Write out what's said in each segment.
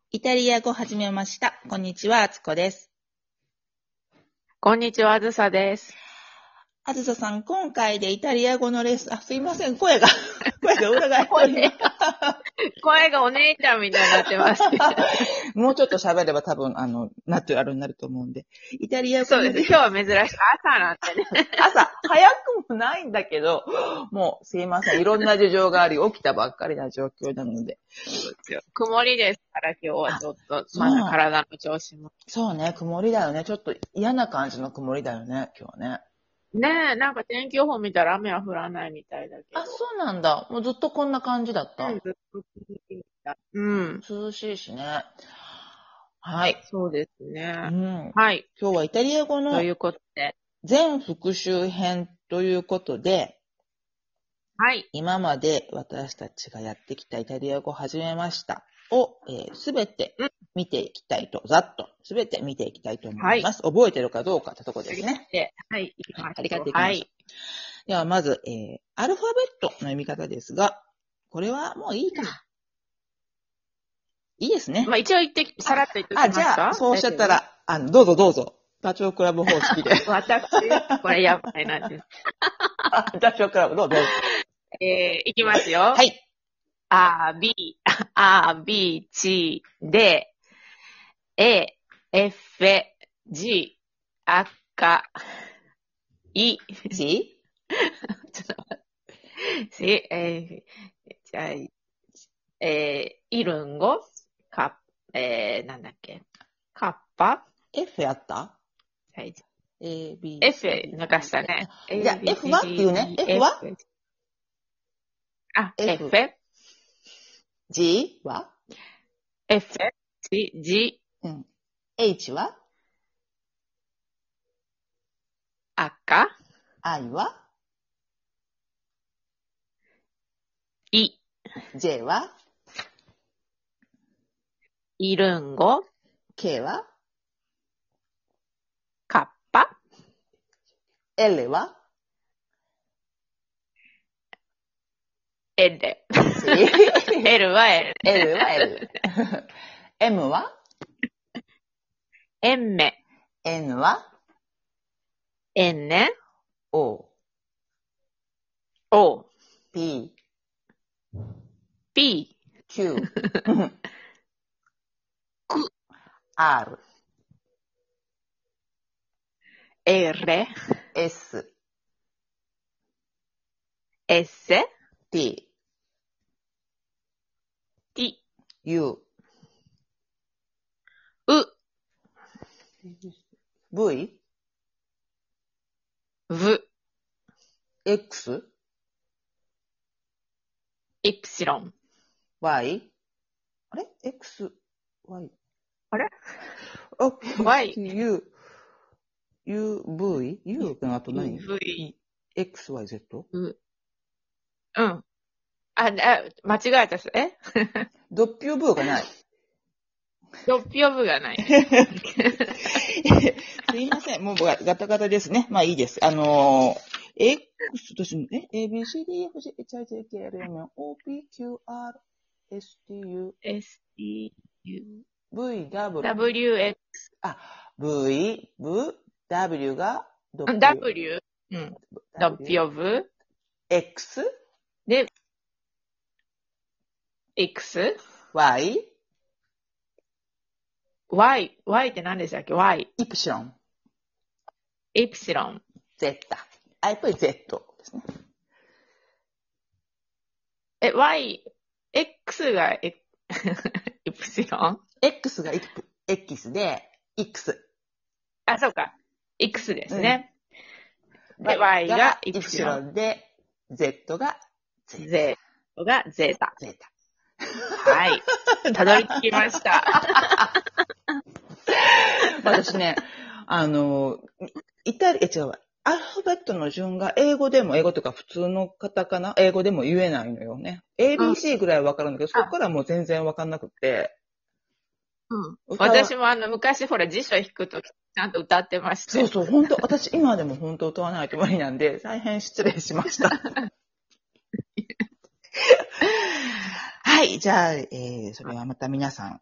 イタリア語始めました。こんにちは、あつこです。 こんにちは、あずさです。 あずささん、今回でイタリア語のレッスン、すいません、声が裏返っております。 声がお姉ちゃんみたいになってます。 もうちょっと喋れば多分、ナチュラルになると思うんで。イタリア語そうです。今日は珍しく朝なんてね。 朝、早くもないんだけど、もうすいません。いろんな事情があり、起きたばっかりな状況なので。 そうですよ。曇りですから今日はちょっと、まだ体の調子も。 そうね、曇りだよね。ちょっと嫌な感じの曇りだよね、今日はね。 ねえ、なんか天気予報見たら雨は降らないみたいだけど。 そうなんだ。もうずっとこんな感じだった。 ずっと続きた。 涼しいしね。はい。 そうですね。 はい。今日はイタリア語のということで。 全復習編ということで、 はい。 今まで私たちがやってきたイタリア語を始めましたをすべて見ていきたいと、ざっとすべて見ていきたいと思います。覚えてるかどうかってとこですね。 はい。いきましょう。 張り替えていきましょう。ではまず、アルファベットの読み方ですが、これはもういいか。いいですね。 まあ一応さらっと言っておきますか？ じゃあ、そうおっしゃったら、どうぞどうぞ。ダチョウ倶楽部方式で。 私、これやばいなって。 ダチョウ倶楽部、どうぞ。 いきますよ。 はい。 B、C、D、A、F、G、赤、I、 C？ ちょっと待って。C、じゃあ、イルンゴ、なんだっけ、カッパ、 F やった？ はい。 A、B、 F 抜かしたね。 じゃあ F はっていうね。F は F。 G は F、G、 H は赤、 I は I、 J はイルンゴ、 K はカッパ、 L は L。L は L。 L は L。M は M。 N は N。 O。 O。 P。 P。 Q。R。 R。 S。 S。 T。 T。 U。 U。 V。 V。 X。 Y。 Y。あれ ?X、Y。 あれ ?Y。U。V。U の後何 ?V。 X、Y、Z？ うん。間違えたす。 ドッピューブーがない。 ドッピオブがない。 すいません。もうガタガタですね。まあいいです。X としても、A, B, C, D, F, G, H, I, J, K, L, M, N, O, P, Q, R, S, T, U, S, T, U, V, W, W, X。 V, W がドッピオブ。W。ドッピオブ。 X? で、X? Y? Y って何でしたっけ ?Y。 イプシロン。Z。やっぱり Z ですね。 Y、X がイプシロン X がX で、X。 そうか。X ですね。で、Y がイプシロンで、Z が Z がゼータ。 はい。 たどり着きました。 私ね、アルファベットの順が英語とか普通のカタカナ、英語でも言えないのよね。ABC ぐらいわかるんだけど、そこからもう全然わかんなくて。 私も昔ほら辞書引くときちゃんと歌ってました。 そう、本当私今でも本当歌わないと無理なんで、大変失礼しました。はい、じゃあ、それはまた皆さん、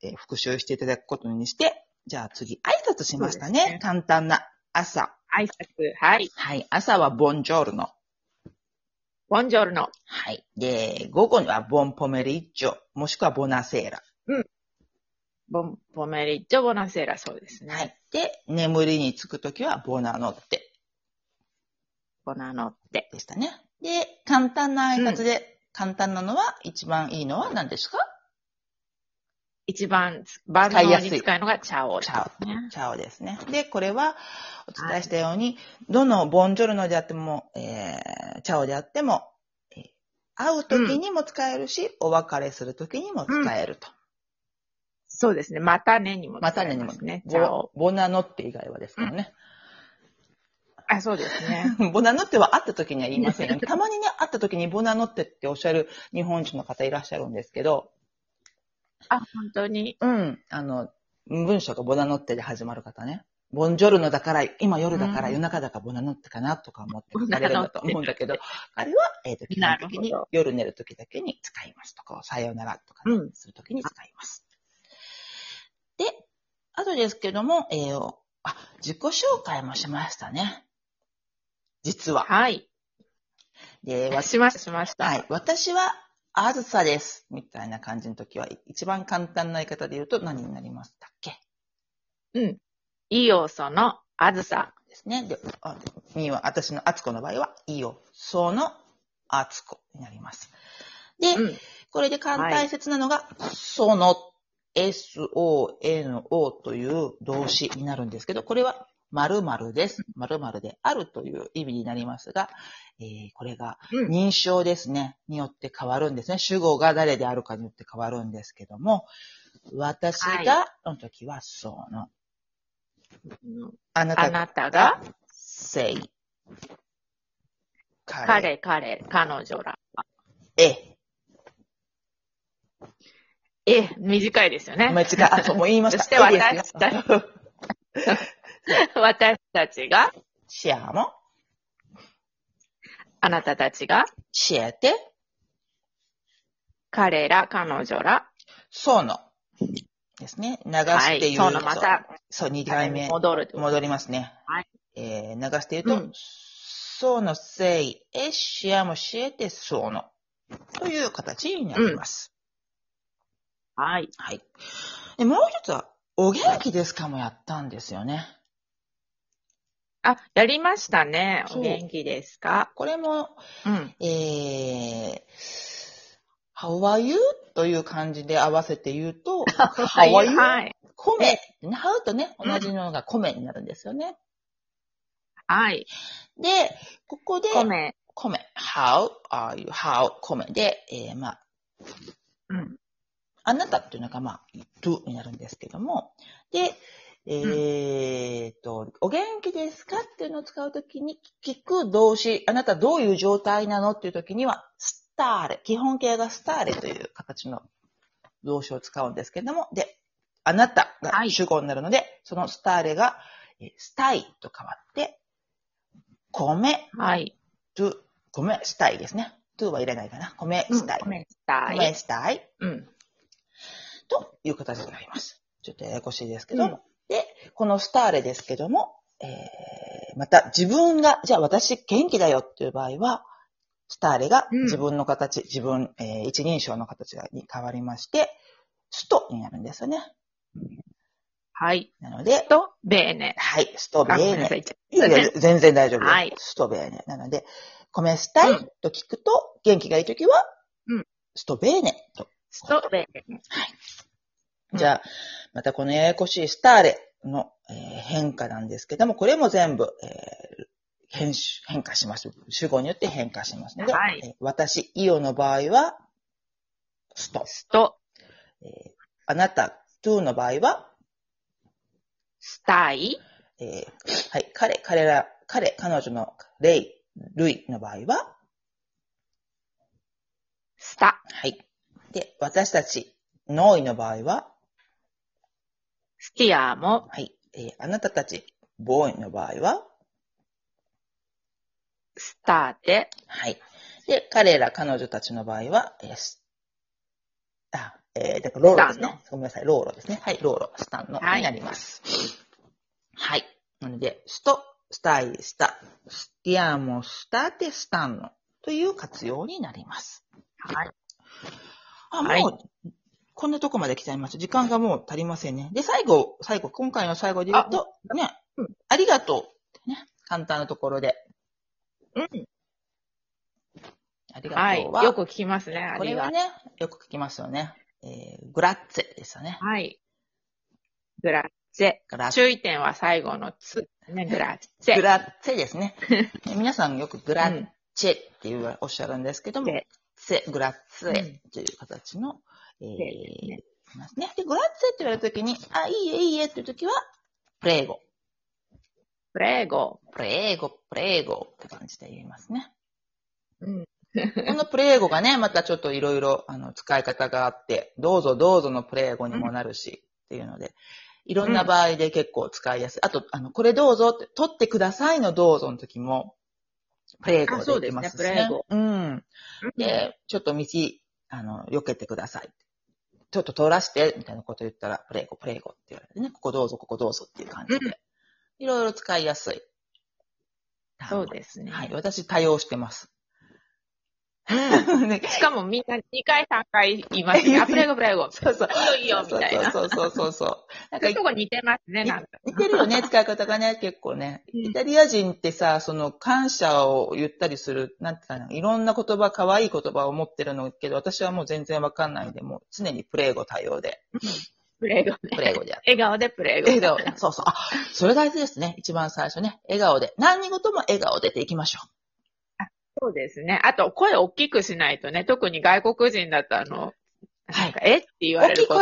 復習していただくことにして、じゃあ次、挨拶しましたね。 そうですね簡単な朝。 挨拶。はい。 はい。朝はボンジョルノ。 ボンジョルノ。 はい。で、午後にはボンポメリッジョ、もしくはボナセーラ。 ボンポメリッジョボナセーラ、そうですね。 はい。で、眠りにつくときはボナノッテボナノって。 でしたね。で、簡単な挨拶で、簡単なのは、一番いいのは何ですか？ 一番万使いやすい能に使うのがチャオ。 チャオ。 ね。 チャオですね。で、これは、お伝えしたように、どのボンジョルノであっても、チャオであっても、会うときにも使えるし、お別れするときにも使えると。 そうですね。またねにも使またねにもえますね。チャオ。 ボナノって以外はですからね。 あ、そうですね。 ボナノっては会った時には言いませんよね。たまにね、会った時にボナノっておっしゃる日本人の方いらっしゃるんですけど、 あ、本当に。 うん。文章がボナノってで始まる方ね。ボンジョルノだから、今夜だから夜中だからボナノってかなとか思って書かれるんだと思うんだけど、あれは、基本的に夜寝る時だけに使いますとか、さようならとか、ねする時に使います。で、あとですけども、自己紹介もしましたね。実は。 はい。 で、 しました。 はい。私は、あずさです。みたいな感じの時は、一番簡単な言い方で言うと何になりましたっけ？ いいよ、その、あずさ。 ですね。で、私のあつこの場合は、いいよ、その、あつこになります。で、これで大切なのが、その、SONO という動詞になるんですけど、これは〇〇です。〇〇であるという意味になりますが、これが認証ですね、によって変わるんですね。主語が誰であるかによって変わるんですけども、私がの時はその。あなたが say。 彼、彼女ら。短いですよね。 短い。そう、もう言いました。 そして私たちが、 シェアも、 あなたたちが、 シェアて、 彼ら、彼女ら、 その、ですね。流して言う。 そのまた、 そう、2回目。 戻りますね。 はい。 流して言うと、そのせい、シェアもシェて、その、という形になります。 はい。 はい。で、もう一つは、お元気ですかもやったんですよね。 あ、やりましたね。お元気ですか？ これも、How are you? という感じで合わせて言うと、How are you? はい。 米。How とね、同じのが米になるんですよね。 はい。 で、ここで、米。How are you? How? 米で、あなたっていうのが、to になるんですけども、で、お元気ですかっていうのを使うときに聞く動詞、あなたどういう状態なのっていうときには、スターレ、基本形がスターレという形の動詞を使うんですけども、で、あなたが主語になるので、そのスターレが、スタイと変わって、米、米、スタイですね。to は入れないかな。米、スタイ。米、スタイ。という形になります。ちょっとややこしいですけども。で、このスターレですけども、また自分が、じゃあ私元気だよっていう場合は、スターレが自分の形、一人称の形に変わりまして、ストになるんですよね。 はい。 なので、 ストベーネ。 はい、ストベーネ。いや、全然大丈夫です。はい。ストベーネ。なので、米スタイと聞くと、元気がいいときは、ストベーネと。 ストベーネ。 はい。じゃあ、またこのややこしいスターレの、変化なんですけども、これも全部、変化します。主語によって変化しますので、私、イオの場合は、スト。あなた、トゥの場合は、 スタイ。 はい、彼女のルイの場合は、 スタ。 はい。で、私たち、ノイの場合は、 スティアーも。 はい。あなたたち、ボーイの場合は、 スターテ。 はい。で、彼ら、彼女たちの場合は、 だからローロですスタンね。ごめんなさい、ローロですね。はい、ローロ、スタンの、 はいになります。はい。なので、スト、スタイ、スタ、スティアモ、スタテ、スタンノという活用になります。 はい。 もう、こんなとこまで来ちゃいました。時間がもう足りませんね。で、最後、今回の最後で言うと、ね、ありがとう。ね、簡単なところで。 うん。 ありがとうは、 よく聞きますね。 これはね、よく聞きますよね。グラッツェですよね。 はい。グラッツェ。注意点は最後のつ、ね、グラッツェ。 グラッツェですね。皆さんよくグラッチェっておっしゃるんですけども、グラッツェという形の、ますね。で、グラッツェって言われたときに、いいえ、いいえっていうときは、プレーゴ。プレーゴって感じで言いますね。 うん。 このプレーゴがね、またちょっといろいろ使い方があって、どうぞどうぞのプレーゴにもなるし、っていうので、いろんな場合で結構使いやすい。あと、これどうぞって、取ってくださいのどうぞの時も、プレーゴで言ってますしね。 プレーゴ。 うん。で、ちょっと道、避けてください。ちょっと通らして、みたいなこと言ったら、プレーゴって言われてね、ここどうぞっていう感じで、いろいろ使いやすい。 そうですね。 はい。私、多用してます。 しかもみんな2回3回言いますね。プレーゴ。 そうそう。 いいよ、みたいな。 そう。 なんか、とこ似てますね、なんか。 似てるよね、使い方がね、結構ね。イタリア人ってさ、感謝を言ったりする、なんていうかな、いろんな言葉、可愛い言葉を持ってるのけど、私はもう全然わかんないんで、もう常にプレーゴ多用で。 プレーゴね。 プレーゴでやる。 笑顔でプレーゴ。 笑顔で。そう。それ大事ですね。一番最初ね。笑顔で。何事も笑顔でっていきましょう。 そうですね。あと、声を大きくしないとね、特に外国人だとはい、えって言われること